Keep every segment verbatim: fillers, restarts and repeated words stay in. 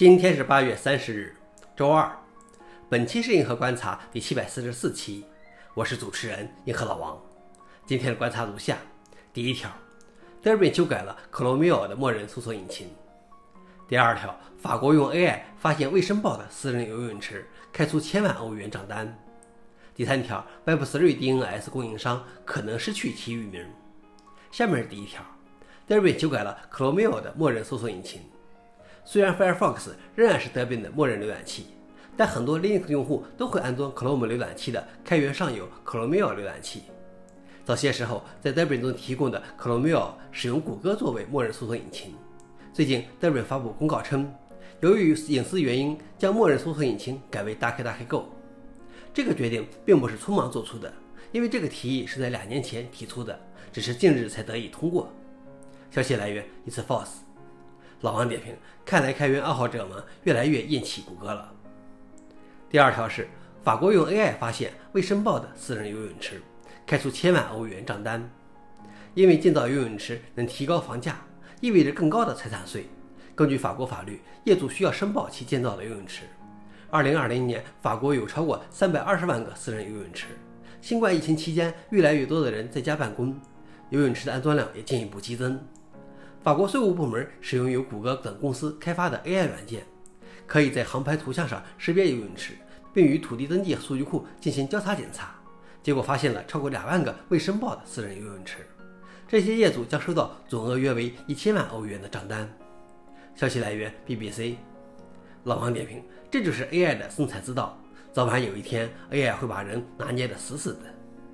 今天是八月三十日，周二。本期是银河观察第七百四十四期，我是主持人银河老王。今天的观察如下：第一条 ，Debian 修改了 Chromium 的默认搜索引擎。第二条，法国用 A I 发现未申报的私人游泳池，开出千万欧元账单。第三条 ，Web 三 D N S 供应商可能失去其域名。下面是第一条 ，Debian 修改了 Chromium 的默认搜索引擎。虽然 Firefox 仍然是 Debian 的默认浏览器，但很多 Linux 用户都会安装 Chrome 浏览器的开源上有 Chromium 浏览器。早些时候，在 Debian 中提供的 Chromium 使用谷歌作为默认搜索引擎。最近 Debian 发布公告称，由于隐私原因，将默认搜索引擎改为 DuckDuckGo。这个决定并不是匆忙做出的，因为这个提议是在两年前提出的，只是近日才得以通过。消息来源 It's false。老王点评：看来开源爱好者们越来越厌弃谷歌了。第二条是法国用 A I 发现未申报的私人游泳池，开出千万欧元账单。因为建造游泳池能提高房价，意味着更高的财产税。根据法国法律，业主需要申报其建造的游泳池。二零二零年，法国有超过三百二十万个私人游泳池。新冠疫情期间，越来越多的人在家办公，游泳池的安装量也进一步激增。法国税务部门使用由谷歌等公司开发的 A I 软件，可以在航拍图像上识别游泳池，并与土地登记数据库进行交叉检查。结果发现了超过两万个未申报的私人游泳池，这些业主将收到总额约为一千万欧元的账单。消息来源 B B C。老王点评：这就是 A I 的生财之道，早晚有一天 A I 会把人拿捏得死死的。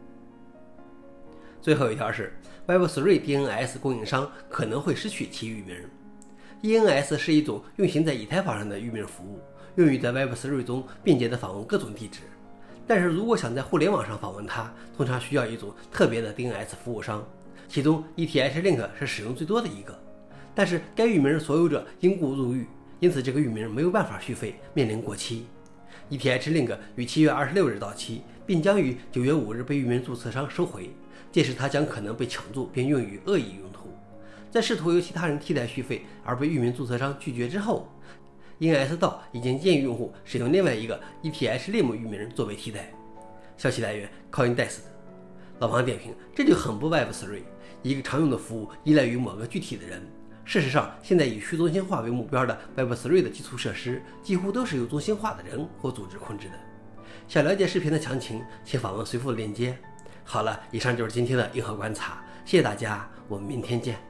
最后一条是 Web 三 D N S 供应商可能会失去其域名。D N S 是一种运行在以太坊上的域名服务，用于在 Web 三 中便捷地访问各种地址。但是如果想在互联网上访问它，通常需要一种特别的 D N S 服务商，其中 E T H Link 是使用最多的一个。但是该域名所有者因故入狱，因此这个域名没有办法续费，面临过期。E T H Link 于七月二十六日到期，并将于九月五日被域名注册商收回。届时它将可能被抢注并用于恶意用途。在试图由其他人替代续费而被域名注册商拒绝之后， E N S 道已经建议用户使用另外一个 E T H Lim 域名作为替代。消息来源 CoinDesk。 老王点评：这就很不 Web 三， 一个常用的服务依赖于某个具体的人。事实上，现在以去中心化为目标的 Web 三 的基础设施几乎都是由中心化的人或组织控制的。想了解视频的详情，请访问随附的链接。好了，以上就是今天的银河观察，谢谢大家，我们明天见。